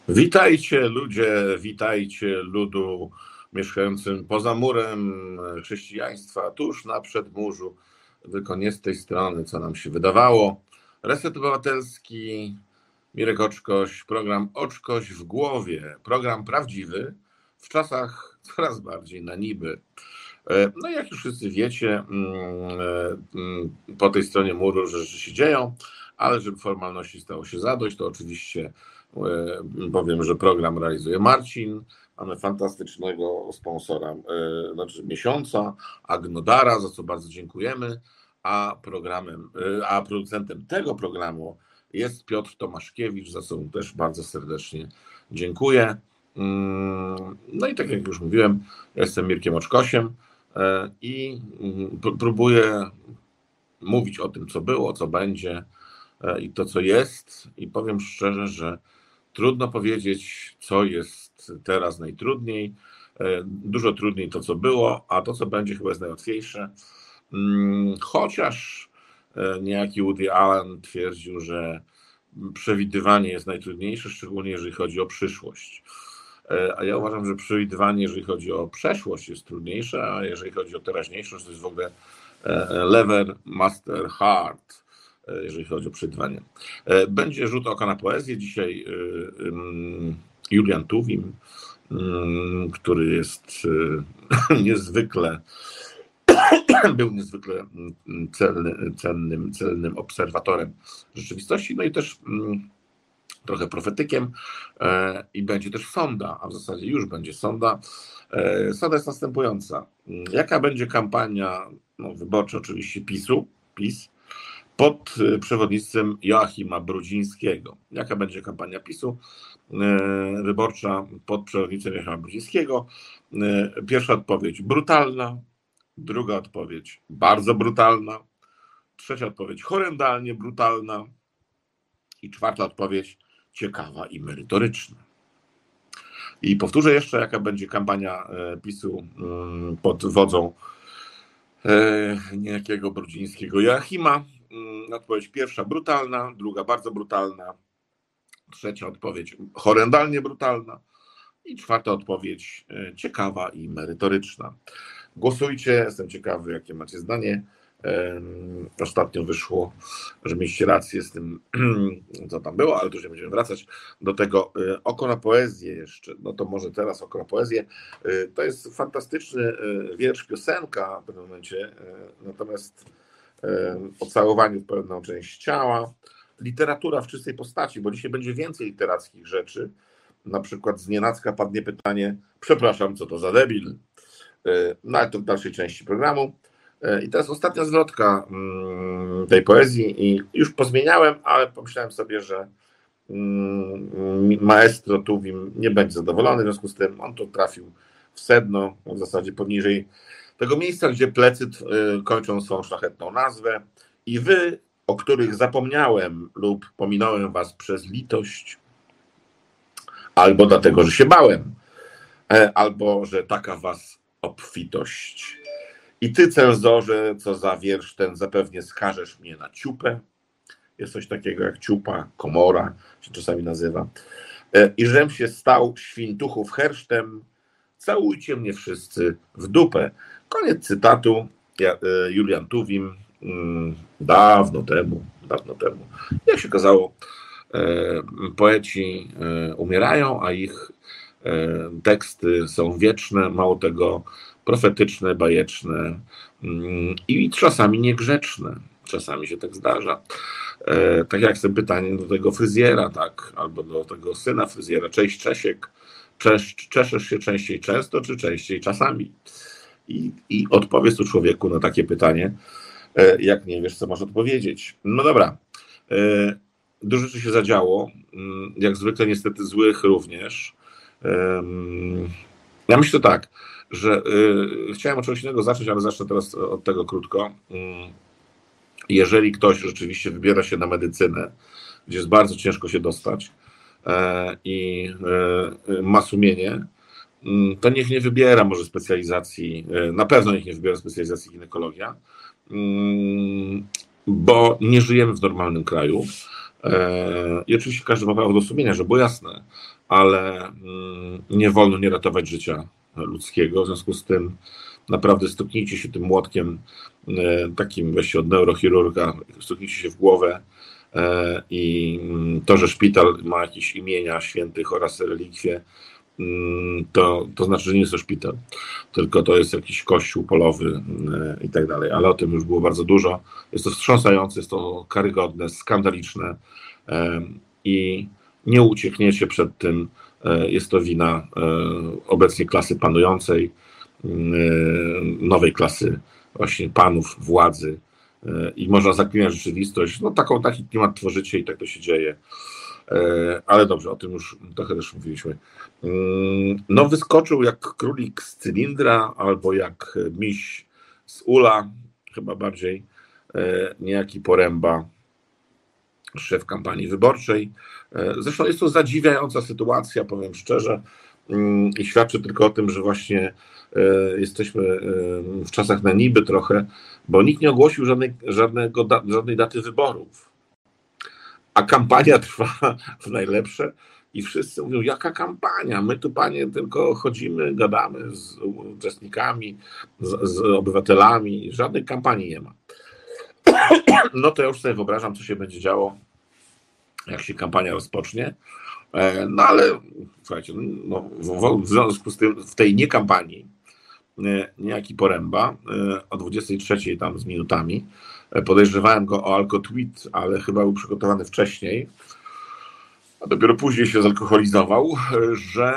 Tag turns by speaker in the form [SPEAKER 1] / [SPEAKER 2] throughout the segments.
[SPEAKER 1] Witajcie ludzie, witajcie ludu mieszkającym poza murem chrześcijaństwa, tuż na przedmurzu, tylko nie z tej strony, co nam się wydawało. Reset Obywatelski, Mirek Oczkoś, program Oczkoś w głowie, program prawdziwy, w czasach coraz bardziej na niby. No i jak już wszyscy wiecie, po tej stronie muru rzeczy się dzieją, ale żeby formalności stało się zadość, to oczywiście powiem, że program realizuje Marcin. Mamy fantastycznego sponsora, znaczy miesiąca, Agnodara, za co bardzo dziękujemy, a producentem tego programu jest Piotr Tomaszkiewicz, za co mu też bardzo serdecznie dziękuję. No i tak jak już mówiłem, ja jestem Mirkiem Oczkosiem i próbuję mówić o tym, co było, co będzie i to, co jest. I powiem szczerze, że trudno powiedzieć, co jest teraz najtrudniej. Dużo trudniej to, co było, a to, co będzie, chyba jest najłatwiejsze. Chociaż niejaki Woody Allen twierdził, że przewidywanie jest najtrudniejsze, szczególnie jeżeli chodzi o przyszłość. A ja uważam, że przewidywanie, jeżeli chodzi o przeszłość, jest trudniejsze, a jeżeli chodzi o teraźniejszość, to jest w ogóle level master hard, jeżeli chodzi o przewidywanie. Będzie rzut oka na poezję. Dzisiaj Julian Tuwim, który jest był niezwykle celnym obserwatorem rzeczywistości, no i też trochę profetykiem, i będzie też sonda, a w zasadzie już będzie sonda. Sonda jest następująca. Jaka będzie kampania wyborcza oczywiście PiS, pod przewodnictwem Joachima Brudzińskiego? Jaka będzie kampania PiS-u wyborcza pod przewodnictwem Joachima Brudzińskiego? Pierwsza odpowiedź brutalna, druga odpowiedź bardzo brutalna, trzecia odpowiedź horrendalnie brutalna i czwarta odpowiedź ciekawa i merytoryczna. I powtórzę jeszcze, jaka będzie kampania PiS-u pod wodzą niejakiego Brudzińskiego Joachima. Odpowiedź pierwsza brutalna, druga bardzo brutalna, trzecia odpowiedź horrendalnie brutalna i czwarta odpowiedź ciekawa i merytoryczna. Głosujcie, jestem ciekawy, jakie macie zdanie. Ostatnio wyszło, że mieliście rację z tym, co tam było, ale tu już nie będziemy wracać do tego. Oko na poezję jeszcze, no to może teraz oko na poezję. To jest fantastyczny wiersz, piosenka w pewnym momencie, natomiast o całowaniu w pewną część ciała. Literatura w czystej postaci, bo dzisiaj będzie więcej literackich rzeczy. Na przykład znienacka padnie pytanie, przepraszam, co to za debil? No ale to w dalszej części programu. I teraz ostatnia zwrotka tej poezji i już pozmieniałem, ale pomyślałem sobie, że maestro Tuwim nie będzie zadowolony, w związku z tym on tu trafił w sedno, w zasadzie poniżej tego miejsca, gdzie plecy kończą swą szlachetną nazwę i wy, o których zapomniałem lub pominąłem was przez litość, albo dlatego, że się bałem, albo że taka was obfitość. I ty, cenzorze, co za wiersz ten zapewnie skażesz mnie na ciupę. Jest coś takiego jak ciupa, komora się czasami nazywa. I żem się stał świntuchów hersztem, całujcie mnie wszyscy w dupę. Koniec cytatu. Julian Tuwim dawno temu. Jak się okazało, poeci umierają, a ich teksty są wieczne, mało tego profetyczne, bajeczne i czasami niegrzeczne. Czasami się tak zdarza. Tak jak sobie pytanie do tego fryzjera, tak, albo do tego syna fryzjera. Cześć Czesiek, czeszesz się częściej często, czy częściej czasami? I odpowiedz tu człowieku na takie pytanie, jak nie wiesz, co masz odpowiedzieć. No dobra. Dużo rzeczy się zadziało, jak zwykle niestety złych również. Ja myślę tak, że chciałem od czegoś innego zacząć, ale zacznę teraz od tego krótko. Jeżeli ktoś rzeczywiście wybiera się na medycynę, gdzie jest bardzo ciężko się dostać i ma sumienie, to niech nie wybiera może specjalizacji, na pewno niech nie wybiera specjalizacji ginekologia, bo nie żyjemy w normalnym kraju. I oczywiście każdy ma prawo do sumienia, żeby było jasne, ale nie wolno nie ratować życia ludzkiego. W związku z tym naprawdę stuknijcie się tym młotkiem takim weźcie od neurochirurga, stuknijcie się w głowę i to, że szpital ma jakieś imienia świętych oraz relikwie, to znaczy, że nie jest to szpital, tylko to jest jakiś kościół polowy i tak dalej, ale o tym już było bardzo dużo. Jest to wstrząsające, jest to karygodne, skandaliczne i nie uciekniecie przed tym. Jest to wina obecnie klasy panującej, nowej klasy właśnie panów, władzy i można zaklinać rzeczywistość. No taki klimat tworzycie i tak to się dzieje. Ale dobrze, o tym już trochę też mówiliśmy. No wyskoczył jak królik z cylindra albo jak miś z ula, chyba bardziej niejaki Poręba, szef kampanii wyborczej. Zresztą jest to zadziwiająca sytuacja, powiem szczerze, i świadczy tylko o tym, że właśnie jesteśmy w czasach na niby trochę, bo nikt nie ogłosił żadnej daty wyborów, a kampania trwa w najlepsze i wszyscy mówią, jaka kampania, my tu panie tylko chodzimy, gadamy z uczestnikami, z obywatelami, żadnej kampanii nie ma. No to ja już sobie wyobrażam, co się będzie działo, jak się kampania rozpocznie. No ale słuchajcie, no, w związku z tym w tej niekampanii niejaki Poręba o 23 tam z minutami, podejrzewałem go o alkotweet, ale chyba był przygotowany wcześniej, a dopiero później się zalkoholizował, że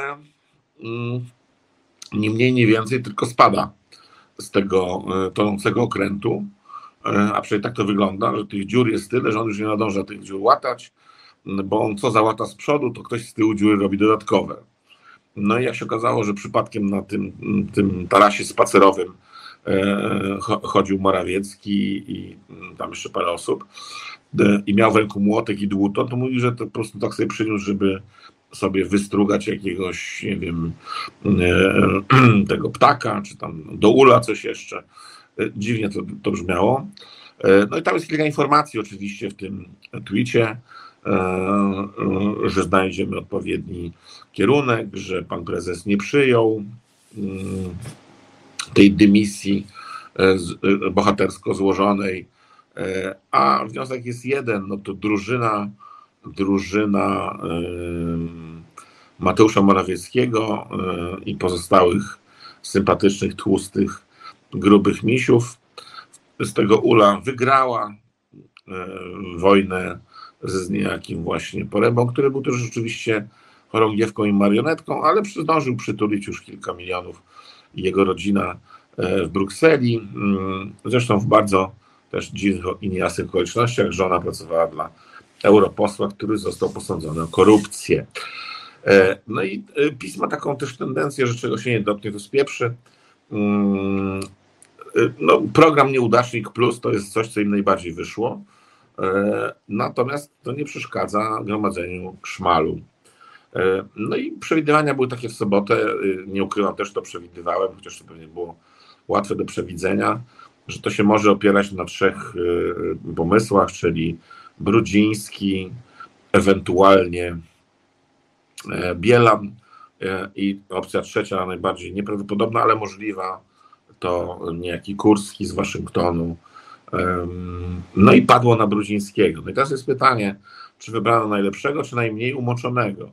[SPEAKER 1] ni mniej, ni więcej, tylko spada z tego tonącego okrętu, a przecież tak to wygląda, że tych dziur jest tyle, że on już nie nadąża tych dziur łatać, bo on co załata z przodu, to ktoś z tyłu dziury robi dodatkowe. No i jak się okazało, że przypadkiem na tym tarasie spacerowym chodził Morawiecki i tam jeszcze parę osób i miał w ręku młotek i dłuto, to mówi, że to po prostu tak sobie przyniósł, żeby sobie wystrugać jakiegoś, nie wiem, tego ptaka, czy tam do ula coś jeszcze. Dziwnie to brzmiało. No i tam jest kilka informacji oczywiście w tym tweetie, że znajdziemy odpowiedni kierunek, że pan prezes nie przyjął tej dymisji bohatersko złożonej, a wniosek jest jeden, no to drużyna Mateusza Morawieckiego i pozostałych sympatycznych, tłustych, grubych misiów z tego ula wygrała wojnę z niejakim właśnie Porębą, który był też rzeczywiście chorągiewką i marionetką, ale zdążył przytulić już kilka milionów i jego rodzina w Brukseli. Zresztą w bardzo też dziwnych i niejasnych okolicznościach żona pracowała dla europosła, który został posądzony o korupcję. No i PiS ma taką też tendencję, że czego się nie dotknie, to spieprzy. No, program Nieudacznik Plus to jest coś, co im najbardziej wyszło. Natomiast to nie przeszkadza gromadzeniu szmalu. No i przewidywania były takie w sobotę, nie ukrywam, też to przewidywałem, chociaż to pewnie było łatwe do przewidzenia, że to się może opierać na 3 pomysłach, czyli Brudziński, ewentualnie Bielan i opcja trzecia, najbardziej nieprawdopodobna, ale możliwa, to niejaki Kurski z Waszyngtonu. No i padło na Brudzińskiego. No i teraz jest pytanie, czy wybrano najlepszego, czy najmniej umoczonego?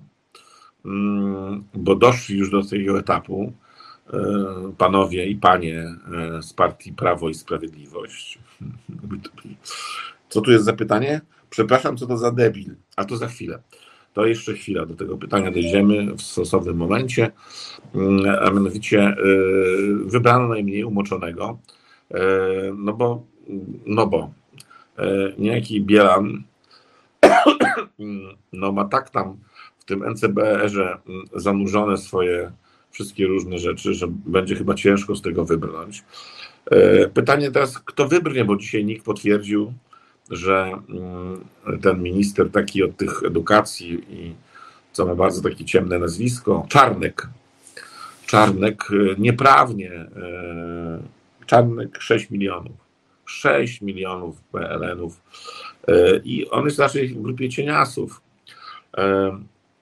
[SPEAKER 1] Bo doszli już do tego etapu panowie i panie z partii Prawo i Sprawiedliwość. Co tu jest za pytanie? Przepraszam, co to za debil, a to za chwilę. To jeszcze chwila, do tego pytania dojdziemy w stosownym momencie, a mianowicie wybrano najmniej umoczonego, no bo niejaki Bielan no ma tak tam w tym NCBR-ze zanurzone swoje wszystkie różne rzeczy, że będzie chyba ciężko z tego wybrnąć. Pytanie teraz, kto wybrnie, bo dzisiaj NIK potwierdził, że ten minister taki od tych edukacji i co ma bardzo takie ciemne nazwisko, Czarnek nieprawnie, Czarnek 6 milionów PLN-ów i on jest raczej w grupie cieniasów.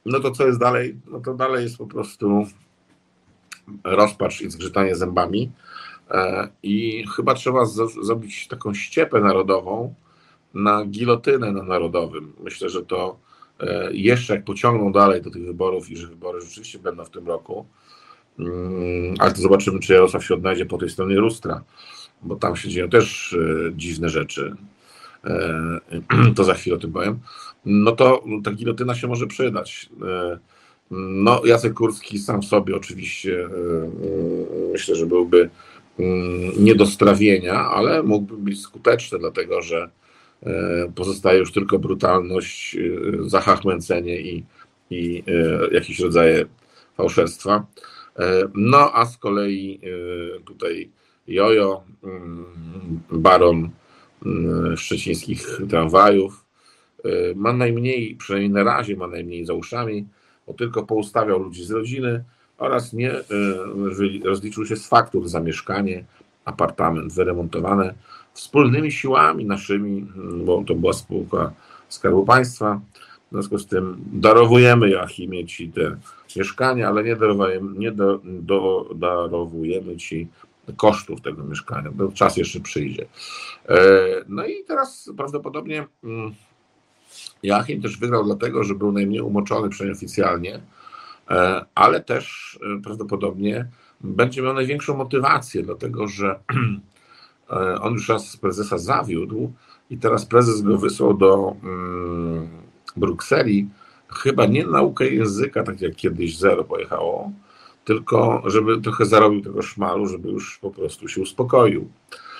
[SPEAKER 1] no to co jest dalej? No to dalej jest po prostu rozpacz i zgrzytanie zębami i chyba trzeba zrobić taką ściepę narodową na gilotynę na narodowym. Myślę, że to jeszcze jak pociągną dalej do tych wyborów i że wybory rzeczywiście będą w tym roku, ale to zobaczymy, czy Jarosław się odnajdzie po tej stronie lustra, bo tam się dzieją też dziwne rzeczy. To za chwilę o tym powiem. No to ta gilotyna się może przydać. No, Jacek Kurski sam w sobie oczywiście myślę, że byłby nie do strawienia, ale mógłby być skuteczny, dlatego że pozostaje już tylko brutalność, zachachmęcenie i jakieś rodzaje fałszerstwa. No a z kolei tutaj Jojo, baron szczecińskich tramwajów, ma najmniej, przynajmniej na razie ma najmniej za uszami, bo tylko poustawiał ludzi z rodziny oraz nie rozliczył się z faktur za mieszkanie, apartament wyremontowane wspólnymi siłami naszymi, bo to była spółka Skarbu Państwa. W związku z tym darowujemy Joachimie ci te mieszkania, ale nie darowujemy ci kosztów tego mieszkania, bo czas jeszcze przyjdzie. No i teraz prawdopodobnie Joachim też wygrał dlatego, że był najmniej umoczony, przynajmniej oficjalnie, ale też prawdopodobnie będzie miał największą motywację, dlatego że on już raz prezesa zawiódł i teraz prezes go wysłał do Brukseli, chyba nie naukę języka, tak jak kiedyś Zero pojechało, tylko żeby trochę zarobił tego szmalu, żeby już po prostu się uspokoił.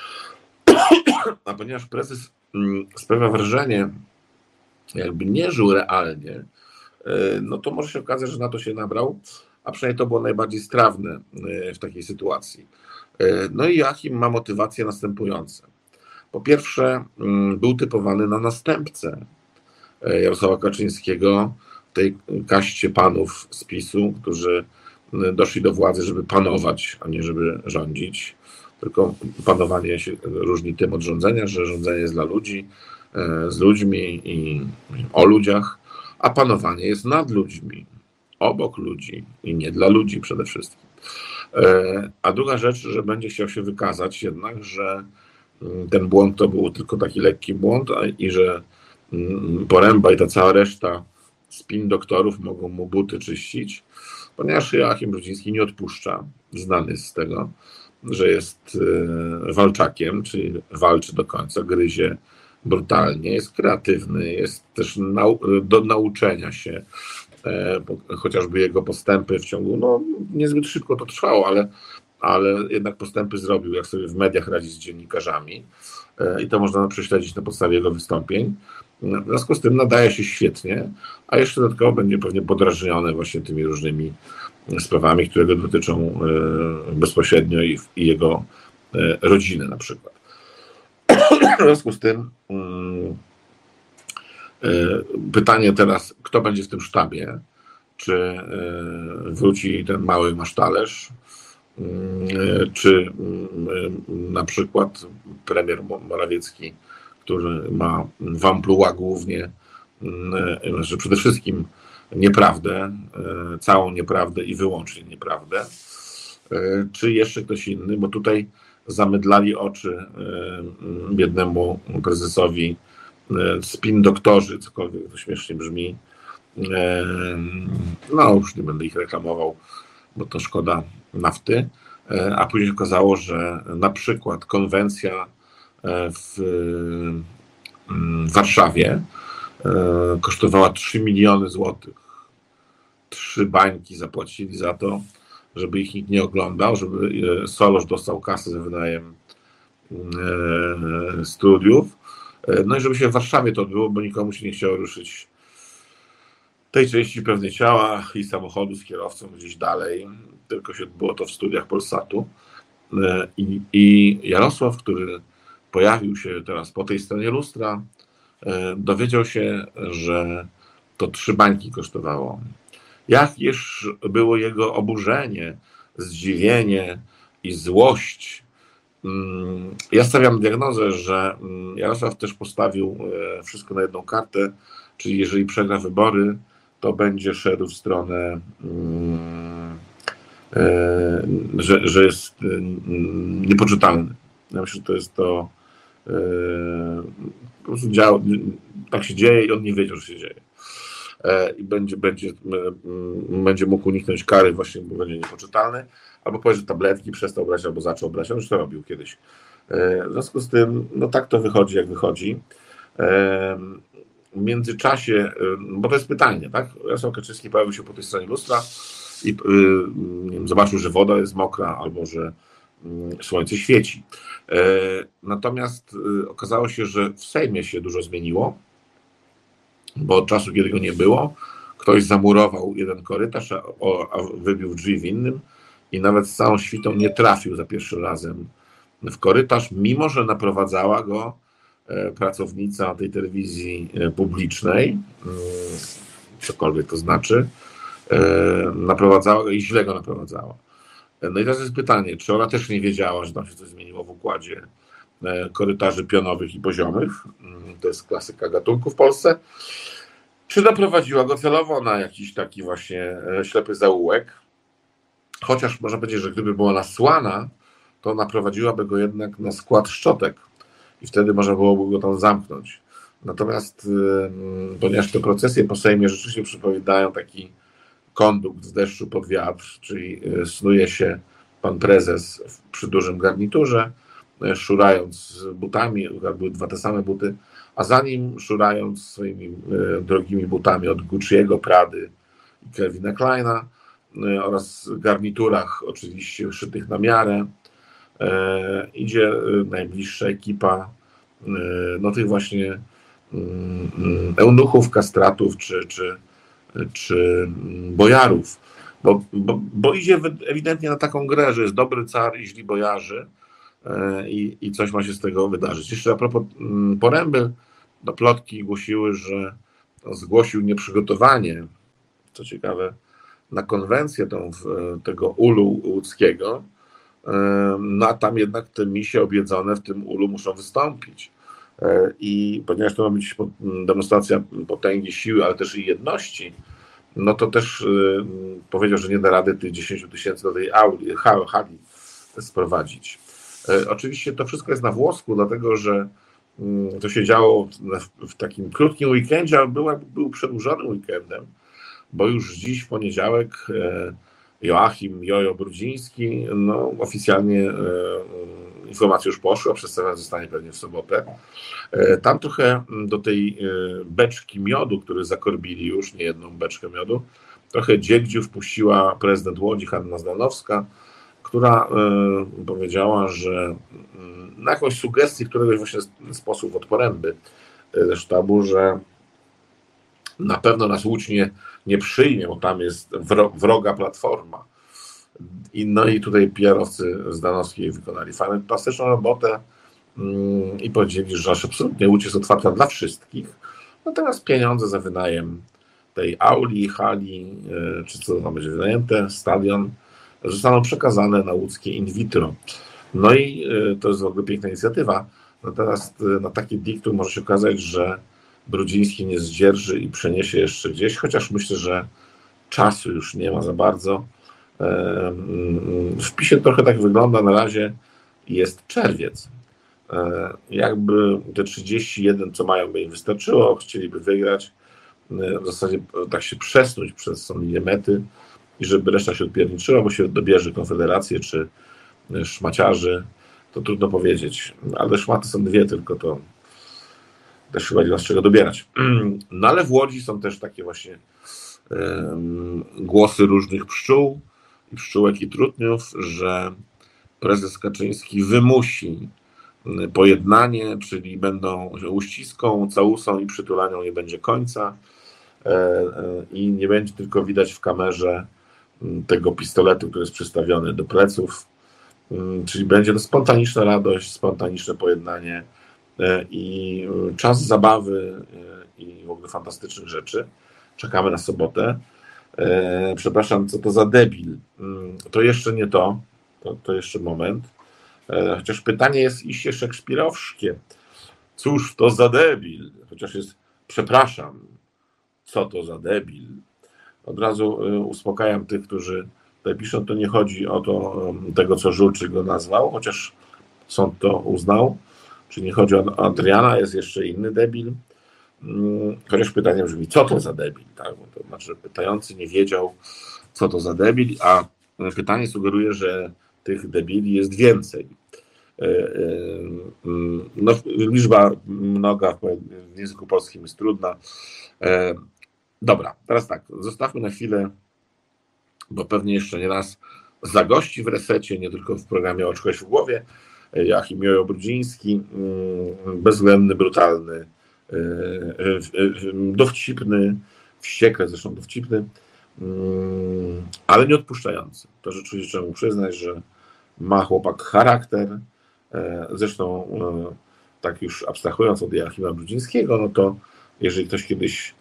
[SPEAKER 1] A ponieważ prezes sprawia wrażenie, jakby nie żył realnie, no to może się okazać, że na to się nabrał, a przynajmniej to było najbardziej strawne w takiej sytuacji. No i Joachim ma motywacje następujące. Po pierwsze, był typowany na następcę Jarosława Kaczyńskiego, tej kaście panów z PiS-u, którzy doszli do władzy, żeby panować, a nie żeby rządzić. Tylko panowanie się różni tym od rządzenia, że rządzenie jest dla ludzi, z ludźmi i o ludziach, a panowanie jest nad ludźmi, obok ludzi i nie dla ludzi przede wszystkim. A druga rzecz, że będzie chciał się wykazać jednak, że ten błąd to był tylko taki lekki błąd i że Poręba i ta cała reszta spin doktorów mogą mu buty czyścić, ponieważ Joachim Brudziński nie odpuszcza, znany z tego, że jest walczakiem, czyli walczy do końca, gryzie brutalnie, jest kreatywny, jest też do nauczenia się, chociażby jego postępy w ciągu, no niezbyt szybko to trwało, ale jednak postępy zrobił, jak sobie w mediach radzi z dziennikarzami i to można prześledzić na podstawie jego wystąpień. W związku z tym nadaje się świetnie, a jeszcze dodatkowo będzie pewnie podrażniony właśnie tymi różnymi sprawami, które go dotyczą bezpośrednio i jego rodziny na przykład. W związku z tym pytanie teraz, kto będzie w tym sztabie? Czy wróci ten mały masztalerz? Czy na przykład premier Morawiecki, który ma w amplua głównie, że przede wszystkim nieprawdę, całą nieprawdę i wyłącznie nieprawdę, czy jeszcze ktoś inny, bo tutaj zamydlali oczy biednemu prezesowi spin doktorzy, cokolwiek to śmiesznie brzmi. No już nie będę ich reklamował, bo to szkoda nafty, a później okazało, że na przykład konwencja w Warszawie kosztowała 3 miliony złotych. 3 bańki zapłacili za to, żeby ich nikt nie oglądał, żeby Solarz dostał kasę za wynajem studiów, no i żeby się w Warszawie to odbyło, bo nikomu się nie chciało ruszyć tej części pewnej ciała i samochodu z kierowcą gdzieś dalej, tylko się odbyło to w studiach Polsatu. I Jarosław, który pojawił się teraz po tej stronie lustra, dowiedział się, że to 3 bańki kosztowało. Jakież było jego oburzenie, zdziwienie i złość. Ja stawiam diagnozę, że Jarosław też postawił wszystko na jedną kartę, czyli jeżeli przegra wybory, to będzie szedł w stronę, że jest niepoczytalny. Ja myślę, że to jest to, po prostu tak się dzieje i on nie wiedział, że się dzieje. I będzie mógł uniknąć kary właśnie, bo będzie niepoczytalny, albo powie, że tabletki przestał brać, albo zaczął brać. On już to robił kiedyś. W związku z tym, no tak to wychodzi, jak wychodzi. W międzyczasie, bo to jest pytanie, tak? Jarosław Kaczyński pojawił się po tej stronie lustra i nie wiem, zobaczył, że woda jest mokra, albo że słońce świeci. Natomiast okazało się, że w Sejmie się dużo zmieniło, bo od czasu, kiedy go nie było, ktoś zamurował jeden korytarz, a wybił drzwi w innym i nawet z całą świtą nie trafił za pierwszym razem w korytarz, mimo że naprowadzała go pracownica tej telewizji publicznej, cokolwiek to znaczy, naprowadzała go i źle go naprowadzała. No i teraz jest pytanie, czy ona też nie wiedziała, że tam się coś zmieniło w układzie korytarzy pionowych i poziomych, to jest klasyka gatunku w Polsce, czy naprowadziła go celowo na jakiś taki właśnie ślepy zaułek, chociaż można powiedzieć, że gdyby była nasłana, to naprowadziłaby go jednak na skład szczotek i wtedy można byłoby go tam zamknąć. Natomiast ponieważ te procesje po Sejmie rzeczywiście przypominają taki kondukt z deszczu pod wiatr, czyli snuje się pan prezes przy dużym garniturze, szurając butami, były dwa te same buty, a za nim szurając swoimi drogimi butami od Gucci'ego, Prady i Calvina Kleina oraz garniturach oczywiście szytych na miarę, idzie najbliższa ekipa no tych właśnie eunuchów, kastratów czy bojarów, bo idzie ewidentnie na taką grę, że jest dobry car i źli bojarzy i coś ma się z tego wydarzyć. Jeszcze a propos Poręby, no plotki głosiły, że zgłosił nieprzygotowanie, co ciekawe, na konwencję tego ulu łódzkiego, no a tam jednak te misie objedzone w tym ulu muszą wystąpić. I ponieważ to ma być demonstracja potęgi, siły, ale też i jedności, no to też powiedział, że nie da rady tych 10 000 do tej hali sprowadzić. Oczywiście to wszystko jest na włosku, dlatego że to się działo w takim krótkim weekendzie, ale był przedłużonym weekendem, bo już dziś w poniedziałek Joachim Jojo Brudziński, no oficjalnie informacje już poszły, a przedstawiona zostanie pewnie w sobotę. Tam trochę do tej beczki miodu, który zakorbili już, nie jedną beczkę miodu, trochę dziegdziu wpuściła prezydent Łodzi Hanna Zdanowska, która powiedziała, że na jakąś sugestię któregoś właśnie sposób od Poręby ze sztabu, że na pewno nas Łódź nie przyjmie, bo tam jest wroga platforma. No i tutaj PR-owcy Zdanowskiej wykonali fantastyczną robotę i powiedzieli, że absolutnie Łódź jest otwarta dla wszystkich, natomiast pieniądze za wynajem tej auli, hali, czy co tam będzie wynajęte, stadion, zostaną przekazane na łódzkie in vitro. No i to jest w ogóle piękna inicjatywa, natomiast na taki diktum może się okazać, że Brudziński nie zdzierży i przeniesie jeszcze gdzieś, chociaż myślę, że czasu już nie ma za bardzo. W wpisie trochę tak wygląda na razie, jest czerwiec. Jakby te 31, co mają, by im wystarczyło, chcieliby wygrać, w zasadzie tak się przesunąć przez tą linię mety i żeby reszta się odpierniczyła, bo się dobierze Konfederację czy szmaciarzy, to trudno powiedzieć. Ale szmaty są dwie tylko, to też chyba nie ma z czego dobierać. No ale w Łodzi są też takie właśnie głosy różnych pszczół i pszczółek i trutniów, że prezes Kaczyński wymusi pojednanie, czyli będą uściską, całusą i przytulanią nie będzie końca i nie będzie tylko widać w kamerze tego pistoletu, który jest przystawiony do pleców, czyli będzie to spontaniczna radość, spontaniczne pojednanie i czas zabawy i w ogóle fantastycznych rzeczy. Czekamy na sobotę. Przepraszam, co to za debil? To jeszcze nie to jeszcze moment. Chociaż pytanie jest iście szekspirowskie. Cóż to za debil? Chociaż jest, przepraszam, co to za debil? Od razu uspokajam tych, którzy tutaj piszą, to nie chodzi o to, tego co Żulczyk go nazwał, chociaż sąd to uznał, czy nie chodzi o Adriana, jest jeszcze inny debil, chociaż pytanie brzmi, co to za debil, tak? To znaczy pytający nie wiedział, co to za debil, a pytanie sugeruje, że tych debili jest więcej. No, liczba mnoga w języku polskim jest trudna. Dobra, teraz tak, zostawmy na chwilę, bo pewnie jeszcze nie raz zagości w Resecie, nie tylko w programie Oczkoś w głowie, Joachim Jojo-Brudziński, bezwzględny, brutalny, dowcipny, wściekle zresztą dowcipny, ale nie odpuszczający. To rzeczywiście trzeba mu przyznać, że ma chłopak charakter. Zresztą tak już abstrahując od Joachima Brudzińskiego, no to jeżeli ktoś kiedyś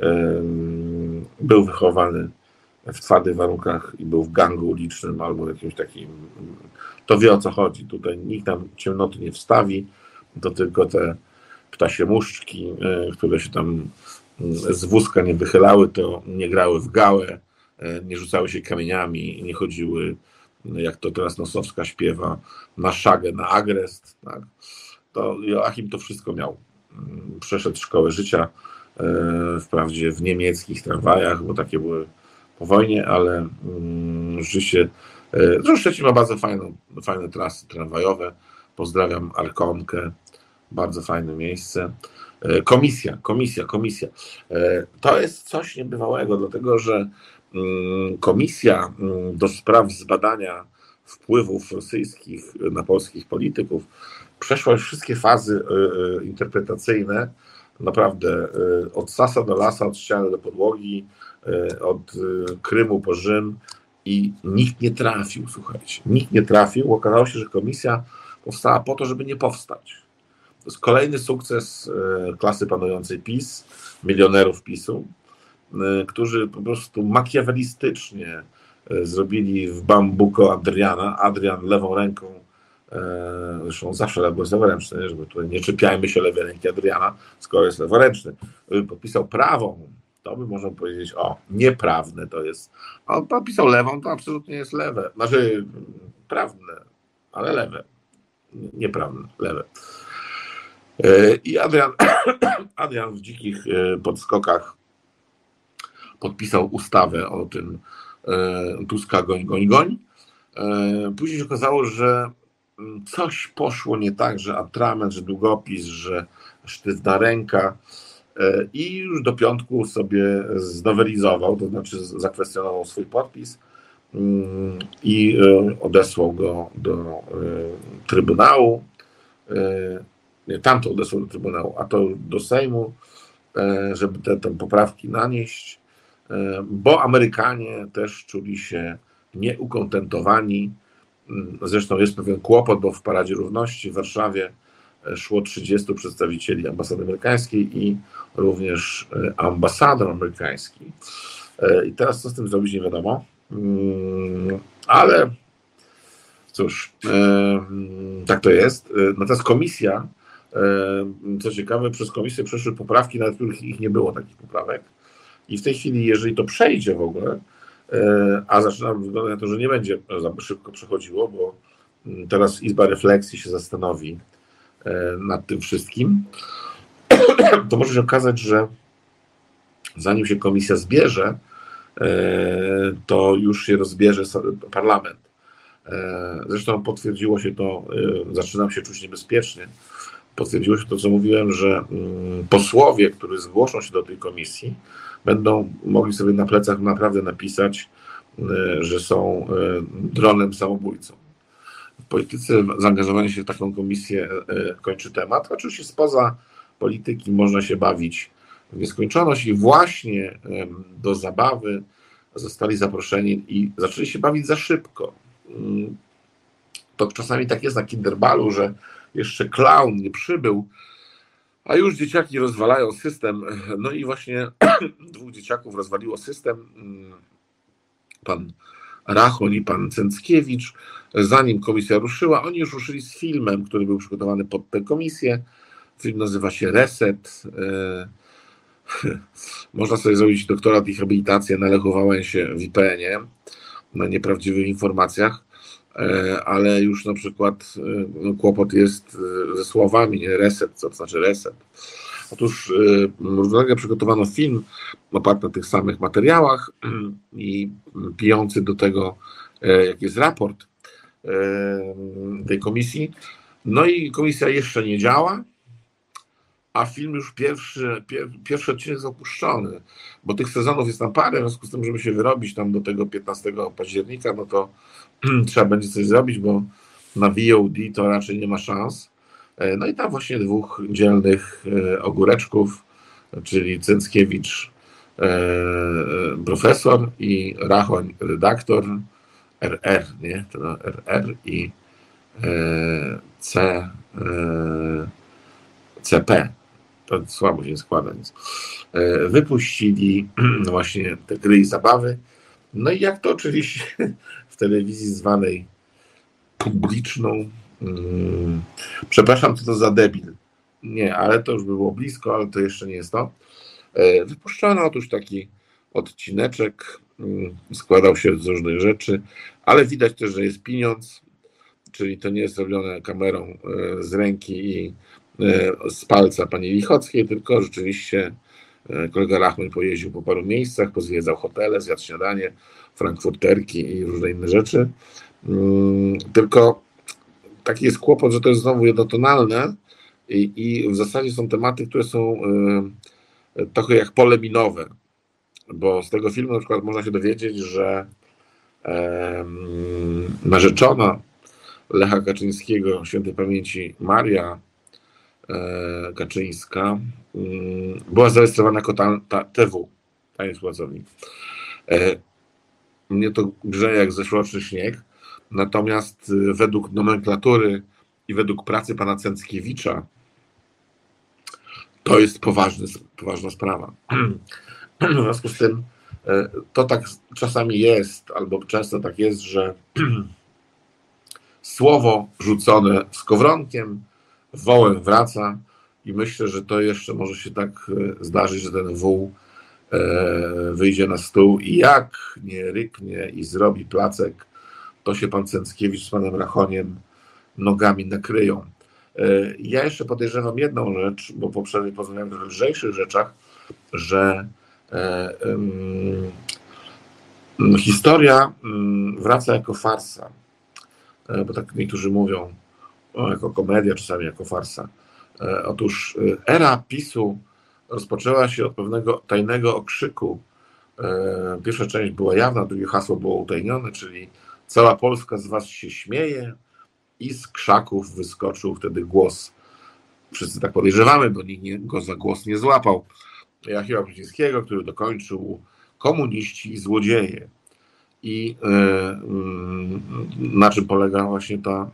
[SPEAKER 1] był wychowany w twardych warunkach i był w gangu ulicznym albo jakimś takim, to wie o co chodzi. Tutaj nikt nam ciemnoty nie wstawi, to tylko te ptasie muszczki, które się tam z wózka nie wychylały, to nie grały w gałę, nie rzucały się kamieniami, nie chodziły, jak to teraz Nosowska śpiewa, na szagę, na agrest. Tak? To Joachim to wszystko miał. Przeszedł szkołę życia, wprawdzie w niemieckich tramwajach, bo takie były po wojnie, ale rzeczywiście Szczecin ma bardzo fajne trasy tramwajowe. Pozdrawiam Arkonkę, bardzo fajne miejsce. Komisja. To jest coś niebywałego, dlatego że komisja do spraw zbadania wpływów rosyjskich na polskich polityków przeszła już wszystkie fazy interpretacyjne, naprawdę od sasa do lasa, od ściany do podłogi, od Krymu po Rzym i nikt nie trafił, słuchajcie. Nikt nie trafił. Okazało się, że komisja powstała po to, żeby nie powstać. To jest kolejny sukces klasy panującej PiS, milionerów PiS-u, którzy po prostu makiawelistycznie zrobili w bambuko Adriana. Adrian lewą ręką, zresztą zawsze jest leworęczny, żeby tutaj nie czepiajmy się lewej ręki Adriana, skoro jest leworęczny. Podpisał prawą, to by można powiedzieć, nieprawne to jest. A on podpisał lewą, to absolutnie jest lewe. Znaczy prawne, ale lewe. Nieprawne, lewe. I Adrian w dzikich podskokach podpisał ustawę o tym Tuska goń. Później się okazało, że coś poszło nie tak, że atrament, że długopis, że sztywna ręka i już do piątku sobie znowelizował, to znaczy zakwestionował swój podpis i odesłał go do Trybunału. Tamto odesłał do Trybunału, a to do Sejmu, żeby te poprawki nanieść, bo Amerykanie też czuli się nieukontentowani. Zresztą jest pewien kłopot, bo w Paradzie Równości w Warszawie szło 30 przedstawicieli ambasady amerykańskiej i również ambasador amerykański. I teraz co z tym zrobić, nie wiadomo. Ale cóż, tak to jest. Natomiast komisja, co ciekawe, przez komisję przeszły poprawki, na których ich nie było, takich poprawek. I w tej chwili, jeżeli to przejdzie w ogóle, a zaczynam wyglądać na to, że nie będzie za szybko przechodziło, bo teraz Izba Refleksji się zastanowi nad tym wszystkim, to może się okazać, że zanim się komisja zbierze, to już się rozbierze parlament. Zresztą potwierdziło się to, zaczynam się czuć niebezpiecznie, potwierdziło się to, co mówiłem, że posłowie, którzy zgłoszą się do tej komisji, będą mogli sobie na plecach naprawdę napisać, że są dronem samobójcą. W polityce zaangażowanie się w taką komisję kończy temat. Oczywiście spoza polityki można się bawić w nieskończoność i właśnie do zabawy zostali zaproszeni i zaczęli się bawić za szybko. To czasami tak jest na Kinderbalu, że jeszcze klaun nie przybył, a już dzieciaki rozwalają system. No i właśnie dwóch dzieciaków rozwaliło system. Pan Rachoń i pan Cęckiewicz. Zanim komisja ruszyła, oni już ruszyli z filmem, który był przygotowany pod tę komisję. Film nazywa się Reset. Można sobie zrobić doktorat i habilitację na Lechu Wałęsie w IPN-ie, na nieprawdziwych informacjach, ale już na przykład kłopot jest ze słowami, nie? Reset, co to znaczy reset. Otóż równolegle przygotowano film oparty na tych samych materiałach i pijący do tego, jak jest raport tej komisji. No i komisja jeszcze nie działa, a film już pierwszy odcinek jest opuszczony, bo tych sezonów jest tam parę, w związku z tym, żeby się wyrobić tam do tego 15 października, no to trzeba będzie coś zrobić, bo na VOD to raczej nie ma szans. No i tam właśnie dwóch dzielnych ogóreczków, czyli Cęckiewicz profesor i Rachoń redaktor, RR, nie? To RR i CP. To słabo się składa, więc wypuścili właśnie te gry i zabawy. No i jak to oczywiście w telewizji zwanej publiczną, przepraszam, co to za debil. Nie, ale to już było blisko, ale to jeszcze nie jest to. Wypuszczono otóż taki odcineczek, składał się z różnych rzeczy, ale widać też, że jest pieniądz, czyli to nie jest zrobione kamerą z ręki i z palca pani Lichockiej, tylko rzeczywiście kolega Rachman pojeździł po paru miejscach, pozwiedzał hotele, zjadł śniadanie, frankfurterki i różne inne rzeczy. Tylko taki jest kłopot, że to jest znowu jednotonalne i w zasadzie są tematy, które są trochę jak pole minowe, bo z tego filmu na przykład można się dowiedzieć, że narzeczona Lecha Kaczyńskiego, świętej pamięci Maria Kaczyńska, była zarejestrowana jako TW, taniec płacownik. Mnie to grzeje jak zeszłoroczny śnieg, natomiast według nomenklatury i według pracy pana Cęckiewicza to jest poważna sprawa. W związku z tym to tak czasami jest, albo często tak jest, że słowo rzucone skowronkiem wołem wraca i myślę, że to jeszcze może się tak zdarzyć, że ten wół wyjdzie na stół i jak nie ryknie i zrobi placek, to się pan Cęckiewicz z panem Rachoniem nogami nakryją. Ja jeszcze podejrzewam jedną rzecz, bo poprzednio porozmawiałem o lżejszych rzeczach, że historia wraca jako farsa, bo tak niektórzy mówią, jako komedia, czasami jako farsa. Otóż era PiS-u rozpoczęła się od pewnego tajnego okrzyku. Pierwsza część była jawna, drugie hasło było utajnione, czyli cała Polska z was się śmieje i z krzaków wyskoczył wtedy głos. Wszyscy tak podejrzewamy, bo nikt go za głos nie złapał. Joachima Brudzińskiego, który dokończył komuniści i złodzieje. I na czym polega właśnie ta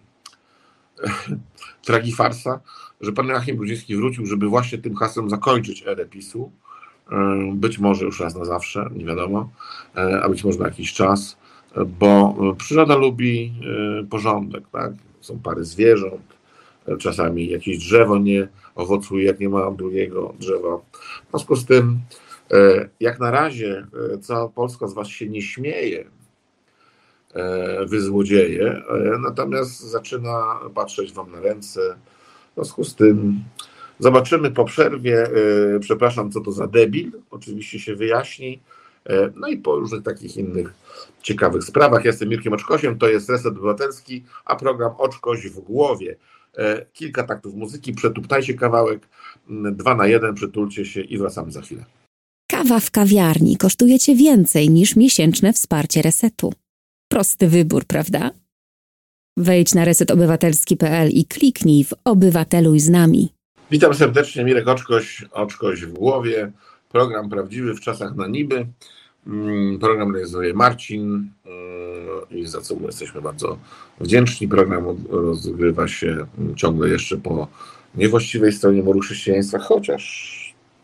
[SPEAKER 1] tragifarsa, że pan Joachim Brudziński wrócił, żeby właśnie tym hasłem zakończyć erę PiS-u. Być może już raz na zawsze, nie wiadomo, a być może na jakiś czas, bo przyroda lubi porządek, tak? Są pary zwierząt, czasami jakieś drzewo nie owocuje, jak nie ma drugiego drzewa. W związku z tym, jak na razie cała Polska z was się nie śmieje, wy złodzieje, natomiast zaczyna patrzeć wam na ręce. W związku z tym zobaczymy po przerwie, przepraszam, co to za debil, oczywiście się wyjaśni, no i po różnych takich innych ciekawych sprawach. Ja jestem Mirkiem Oczkosiem, to jest Reset Obywatelski, a program Oczkoś w głowie. Kilka taktów muzyki, przetuptajcie kawałek, 2 na 1, przytulcie się i wracamy za chwilę.
[SPEAKER 2] Kawa w kawiarni kosztuje cię więcej niż miesięczne wsparcie Resetu. Prosty wybór, prawda? Wejdź na resetobywatelski.pl i kliknij w Obywateluj z nami.
[SPEAKER 1] Witam serdecznie, Mirek Oczkoś, Oczkoś w głowie. Program prawdziwy w czasach na niby. Program realizuje Marcin i za co mu jesteśmy bardzo wdzięczni. Program rozgrywa się ciągle jeszcze po niewłaściwej stronie moru chrześcijaństwa, chociaż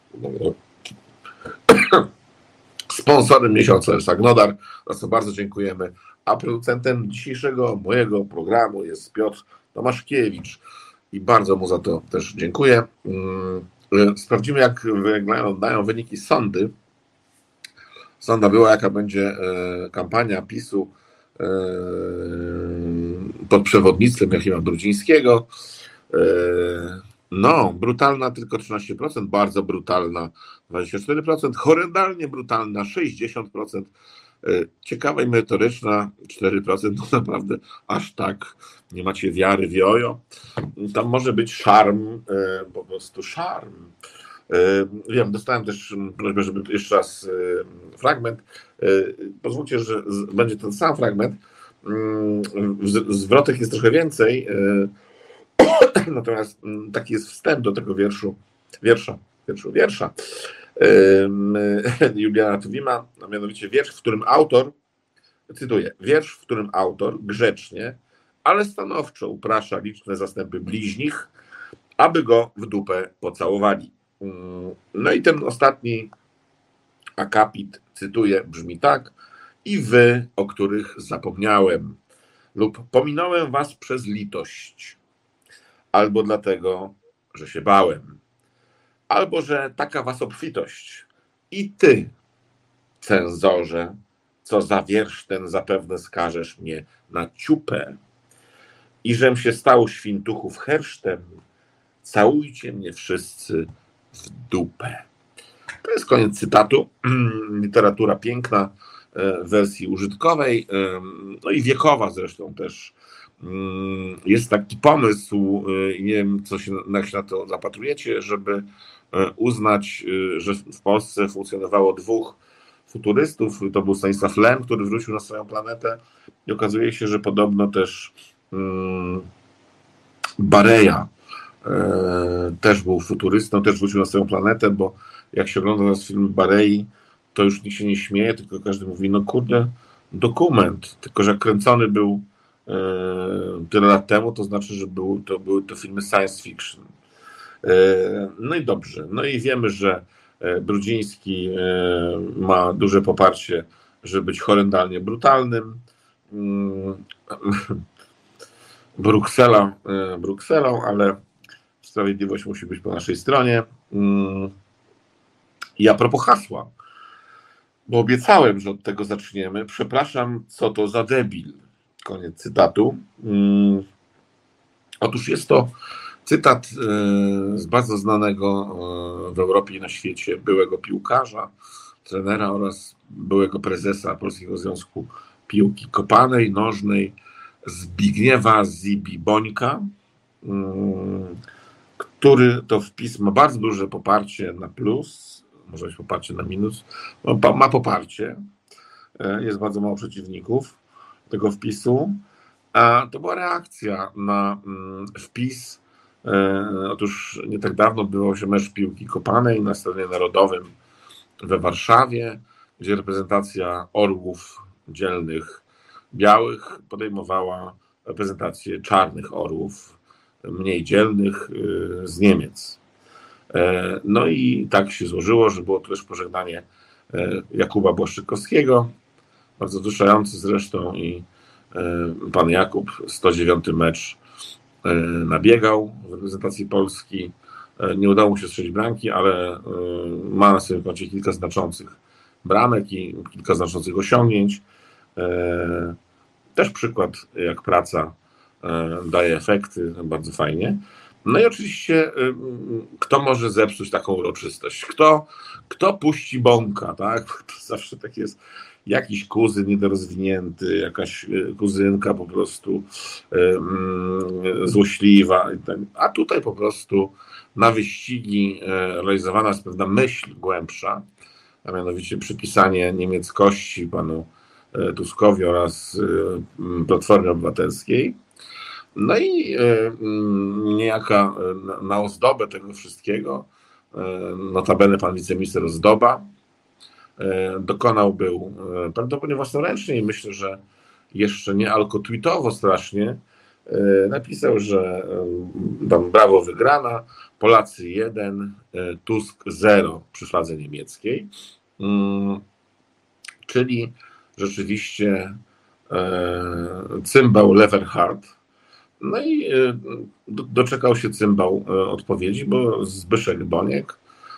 [SPEAKER 1] sponsorem miesiąca jest Agnodar, za co bardzo dziękujemy. A producentem dzisiejszego mojego programu jest Piotr Tomaszkiewicz i bardzo mu za to też dziękuję. Sprawdzimy, jak wyglądają wyniki sądy. Sonda była, jaka będzie kampania PiS-u pod przewodnictwem Joachima Brudzińskiego. No, brutalna tylko 13%, bardzo brutalna 24%, horrendalnie brutalna 60%, ciekawa i merytoryczna 4%, no naprawdę aż tak nie macie wiary w jojo. Tam może być szarm, po prostu szarm. Wiem, dostałem też prośbę, żeby jeszcze raz fragment. Pozwólcie, że będzie ten sam fragment. Zwrotek jest trochę więcej, natomiast taki jest wstęp do tego wiersza Juliana Tuwima, a mianowicie wiersz, w którym autor, cytuję, wiersz, w którym autor grzecznie, ale stanowczo uprasza liczne zastępy bliźnich, aby go w dupę pocałowali. No i ten ostatni akapit, cytuję, brzmi tak: i wy, o których zapomniałem lub pominąłem was przez litość, albo dlatego, że się bałem, albo że taka was obfitość. I ty, cenzorze, co za wiersz ten zapewne skażesz mnie na ciupę, i żem się stał świntuchów hersztem, całujcie mnie wszyscy w dupę. To jest koniec cytatu. Literatura piękna w wersji użytkowej, no i wiekowa zresztą też. Jest taki pomysł, nie wiem, jak się na to zapatrujecie, żeby uznać, że w Polsce funkcjonowało dwóch futurystów. To był Stanisław Lem, który wrócił na swoją planetę, i okazuje się, że podobno też Bareja też był futurystą, też wrócił na swoją planetę, bo jak się ogląda nas film Barei, to już nikt się nie śmieje, tylko każdy mówi, no kurde, dokument, tylko że kręcony był tyle lat temu, to znaczy, że były to filmy science fiction. No i dobrze, no i wiemy, że Brudziński ma duże poparcie, żeby być horrendalnie brutalnym. Brukselą, ale sprawiedliwość musi być po naszej stronie. I a propos hasła, bo obiecałem, że od tego zaczniemy. Przepraszam, co to za debil. Koniec cytatu. Otóż jest to cytat z bardzo znanego w Europie i na świecie byłego piłkarza, trenera oraz byłego prezesa Polskiego Związku Piłki Kopanej, Nożnej, Zbigniewa Zibi-Bońka, który to wpis ma bardzo duże poparcie na plus, może być poparcie na minus, ma poparcie, jest bardzo mało przeciwników tego wpisu, a to była reakcja na wpis. Otóż nie tak dawno odbywał się mecz piłki kopanej na Stadionie Narodowym we Warszawie, gdzie reprezentacja orłów dzielnych białych podejmowała reprezentację czarnych orłów, mniej dzielnych, z Niemiec. No i tak się złożyło, że było to też pożegnanie Jakuba Błaszczykowskiego, bardzo wzruszający zresztą, i pan Jakub 109 mecz nabiegał w reprezentacji Polski. Nie udało mu się strzelić bramki, ale ma na swoim koncie kilka znaczących bramek i kilka znaczących osiągnięć. Też przykład, jak praca daje efekty, bardzo fajnie. No i oczywiście, kto może zepsuć taką uroczystość? Kto puści bąka, tak? To zawsze tak jest. Jakiś kuzyn niedorozwinięty, jakaś kuzynka po prostu złośliwa. A tutaj po prostu na wyścigi realizowana jest pewna myśl głębsza, a mianowicie przypisanie niemieckości panu Tuskowi oraz Platformie Obywatelskiej. No i niejaka na ozdobę tego wszystkiego, notabene pan wiceminister Ozdoba był prawdopodobnie własnoręcznie i myślę, że jeszcze nie alkotweetowo strasznie, napisał, że tam brawo, wygrana, Polacy 1, Tusk 0 przy fladze niemieckiej, czyli rzeczywiście cymbał Leverhard No i doczekał się cymbał odpowiedzi, bo Zbyszek Boniek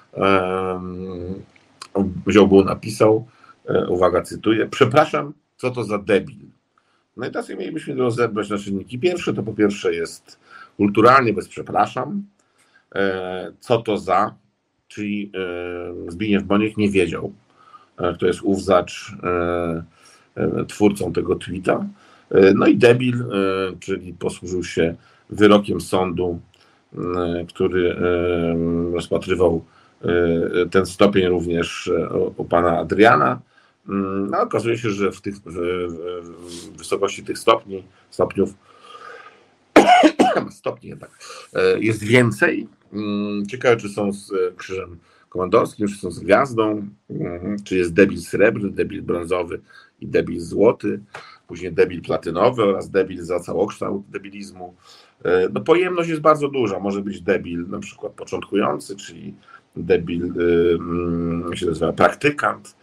[SPEAKER 1] wziął go, napisał, uwaga, cytuję: przepraszam, co to za debil. No i teraz mielibyśmy rozebrać na czynniki pierwsze. To po pierwsze jest kulturalnie, bez przepraszam. Co to za, czyli Zbigniew Boniek nie wiedział, kto jest ów zacz twórcą tego tweeta. No i debil, czyli posłużył się wyrokiem sądu, który rozpatrywał ten stopień również u pana Adriana. No, okazuje się, że w wysokości tych stopniów jest więcej. Ciekawe, czy są z krzyżem komandorskim, czy są z gwiazdą, czy jest debil srebrny, debil brązowy i debil złoty, później debil platynowy oraz debil za całokształt debilizmu. No, pojemność jest bardzo duża. Może być debil na przykład początkujący, czyli debil, jak się nazywa, praktykant,